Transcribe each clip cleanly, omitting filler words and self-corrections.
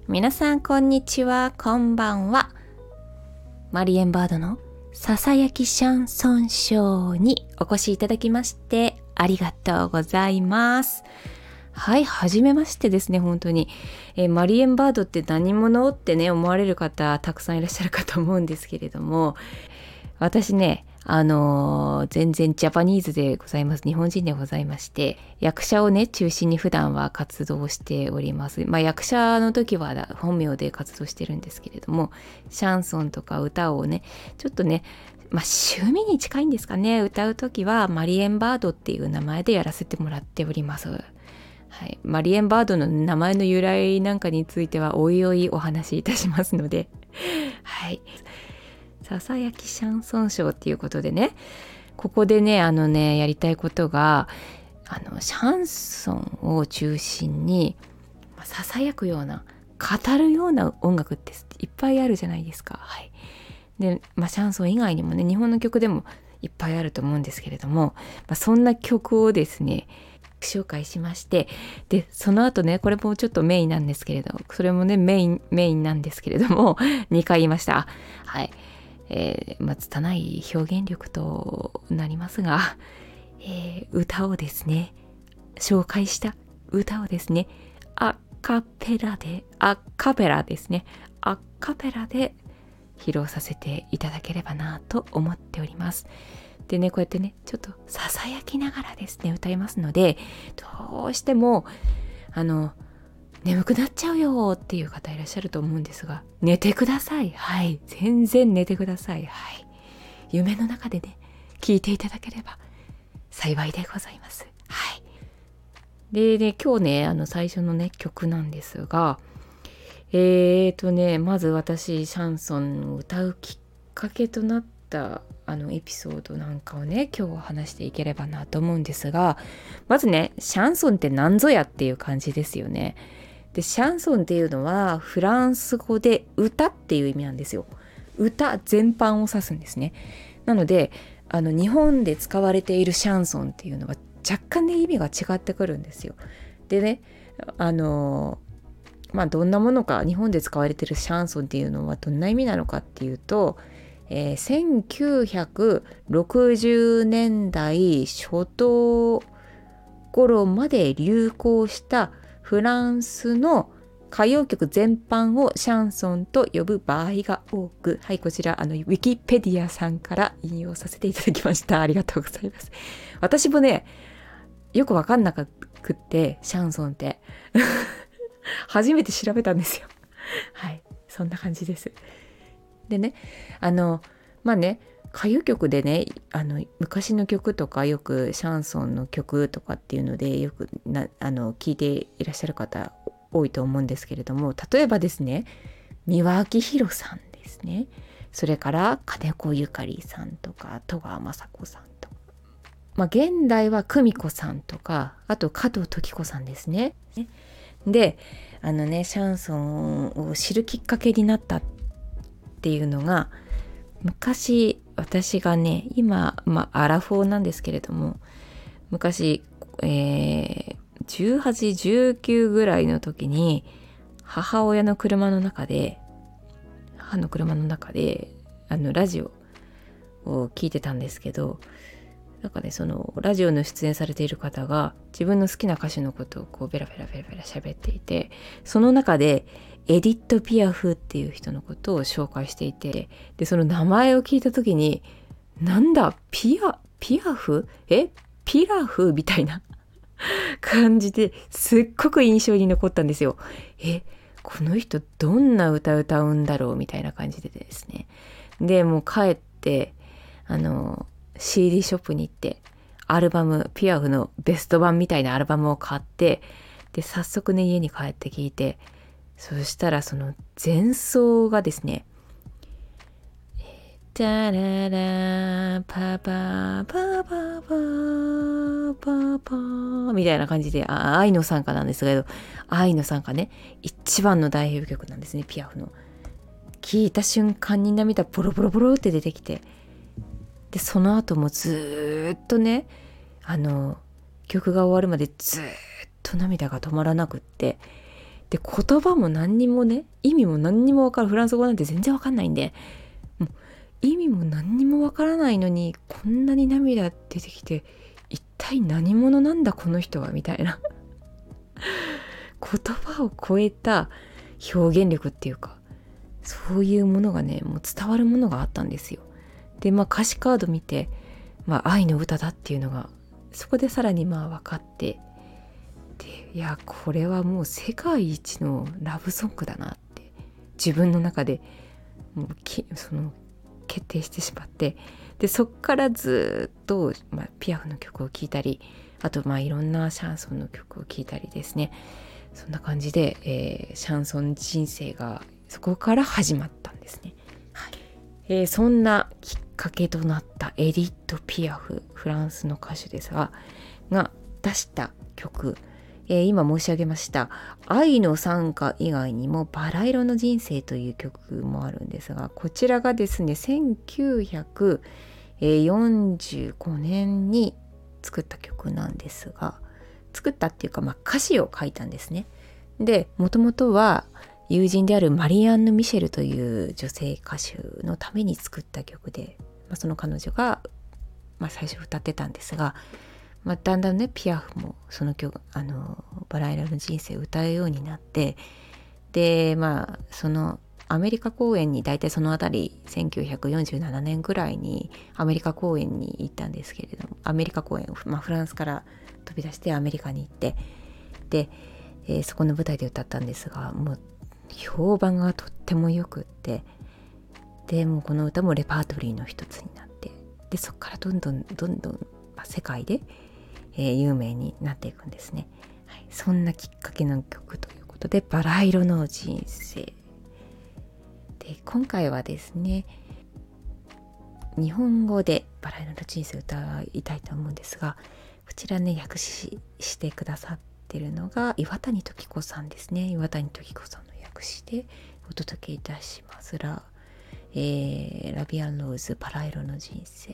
皆さんこんにちは、こんばんは。マリエンバードのささやきシャンソンショーにお越しいただきましてありがとうございます。はい、はじめましてですね、本当に。マリエンバードって何者ってね、思われる方たくさんいらっしゃるかと思うんですけれども、私ね、全然ジャパニーズでございます。日本人でございまして、役者をね、中心に普段は活動しております。役者の時は本名で活動してるんですけれども、シャンソンとか歌をね、ちょっとね、趣味に近いんですかね。歌う時はマリエンバードっていう名前でやらせてもらっております。はい、マリエンバードの名前の由来なんかについてはおいおいお話しいたしますので、はい。ささやきシャンソンショーっていうことでね、ここでね、やりたいことが、シャンソンを中心に、ささやくような、語るような音楽っていっぱいあるじゃないですか。はい。で、シャンソン以外にもね、日本の曲でもいっぱいあると思うんですけれども、そんな曲をですね、紹介しまして、で、その後ね、これもちょっとメインなんですけれど、それもね、メインなんですけれども、2回言いました。はい。拙い表現力となりますが、歌をですね、紹介した歌をですね、アカペラですね、アカペラで披露させていただければなと思っております。でね、こうやってね、ちょっとささやきながらですね、歌いますので、どうしても眠くなっちゃうよっていう方いらっしゃると思うんですが、寝てください。はい。全然寝てください。はい。夢の中でね、聞いていただければ幸いでございます。はい。でね、今日ね、最初のね、曲なんですが、まず私、シャンソンを歌うきっかけとなったエピソードなんかをね、今日は話していければなと思うんですが、まずね、シャンソンって何ぞやっていう感じですよね。で、シャンソンっていうのはフランス語で歌っていう意味なんですよ。歌全般を指すんですね。なので日本で使われているシャンソンっていうのは若干ね意味が違ってくるんですよ。でね、どんなものか、日本で使われているシャンソンっていうのはどんな意味なのかっていうと、1960年代初頭頃まで流行したフランスの歌謡曲全般をシャンソンと呼ぶ場合が多く、はい、こちらウィキペディアさんから引用させていただきました。ありがとうございます。私もね、よくわかんなくって、シャンソンって初めて調べたんですよ。はい、そんな感じです。でね、歌謡曲でね、昔の曲とかよくシャンソンの曲とかっていうのでよく聞いていらっしゃる方多いと思うんですけれども、例えばですね、三輪明宏さんですね、それから金子ゆかりさんとか戸川雅子さんとか、現代は久美子さんとか、あと加藤登紀子さんですね。で、シャンソンを知るきっかけになったっていうのが、昔私がね、今アラフォーなんですけれども、昔、18、19ぐらいの時に母の車の中でラジオを聞いてたんですけど、なんかね、そのラジオの出演されている方が自分の好きな歌手のことをこうベラベラ喋っていて、その中でエディット・ピアフっていう人のことを紹介していて、でその名前を聞いた時に、なんだピアフピラフみたいな感じですっごく印象に残ったんですよ。この人どんな歌歌うんだろうみたいな感じでですね。でもう帰ってCD ショップに行ってアルバム、ピアフのベスト版みたいなアルバムを買って、で早速ね家に帰って聞いて、そしたらその前奏がですね、タララパパパパパパパみたいな感じで、愛の賛歌なんですけど、愛の賛歌ね、一番の代表曲なんですね、ピアフの。聞いた瞬間に涙ボロボロボロって出てきて、でその後もずっとね、曲が終わるまでずっと涙が止まらなくって、 で言葉も何にもね、意味も何にも分かる、フランス語なんて全然分かんないんで、もう意味も何にも分からないのにこんなに涙出てきて、一体何者なんだこの人はみたいな言葉を超えた表現力っていうか、そういうものがね、もう伝わるものがあったんですよ。で歌詞カード見て、愛の歌だっていうのがそこでさらに分かって、でいやこれはもう世界一のラブソングだなって自分の中でもうその決定してしまって、でそっからずっと、ピアフの曲を聴いたり、あといろんなシャンソンの曲を聴いたりですね、そんな感じで、シャンソン人生がそこから始まったんですね。そんなきっかけとなったエディット・ピアフ、フランスの歌手ですが出した曲、今申し上げました愛の賛歌以外にもバラ色の人生という曲もあるんですが、こちらがですね1945年に作った曲なんですが、作ったっていうか歌詞を書いたんですね。でもともとは友人であるマリアンヌ・ミシェルという女性歌手のために作った曲で、その彼女が、最初歌ってたんですが、だんだんねピアフもその曲バラ色の人生を歌うようになって、でそのアメリカ公演に大体そのあたり1947年ぐらいにアメリカ公演に行ったんですけれども、アメリカ公演、フランスから飛び出してアメリカに行って、で、そこの舞台で歌ったんですが、もう評判がとってもよくって、でもうこの歌もレパートリーの一つになって、でそこからどんどん世界で、有名になっていくんですね。そんなきっかけの曲ということで、バラ色の人生で、今回はですね日本語でバラ色の人生を歌いたいと思うんですが、こちらね訳詞してくださってるのが岩谷時子さんですね。岩谷時子さんの訳詞でお届けいたしますラビアンローズバラ色の人生。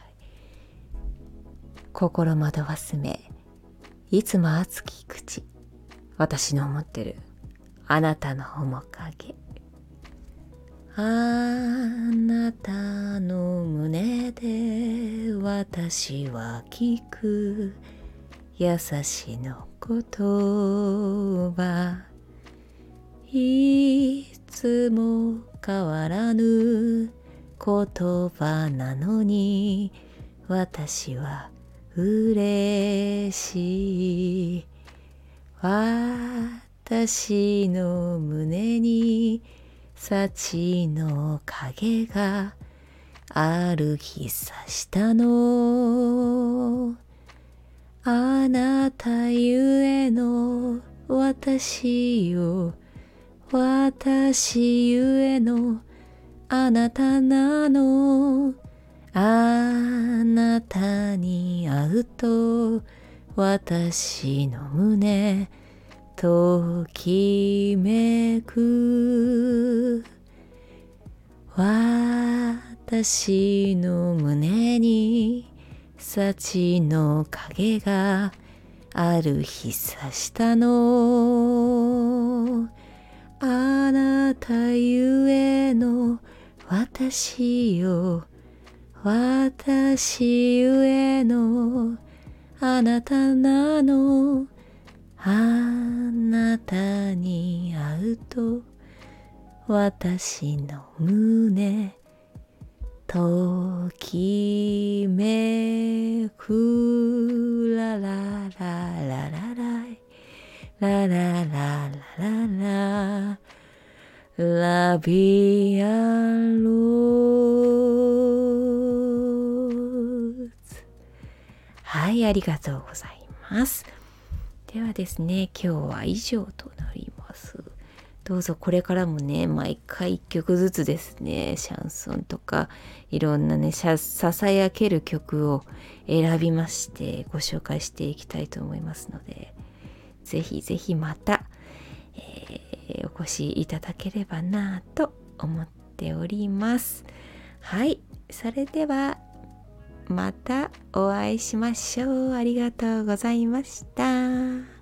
心惑わす目、いつも熱き口、私の思ってるあなたの面影、あなたの胸で私は聞く優しの言葉、いつも変わらぬ言葉なのに私は嬉しい、私の胸に幸の影がある日さしたの、あなたゆえの私よ、私ゆえのあなたなの、あなたに会うと私の胸ときめく、私の胸に幸の影がある日さしたの、あなたゆえの私よ、私ゆえのあなたなの、あなたに会うと私の胸ときめく、ラララララララララララララビアローズ。はい、ありがとうございます。ではですね、今日は以上となります。どうぞこれからもね、毎回1曲ずつですね、シャンソンとかいろんなね、ささやける曲を選びましてご紹介していきたいと思いますので、ぜひぜひまた、お越しいただければなと思っております。はい、それではまたお会いしましょう。ありがとうございました。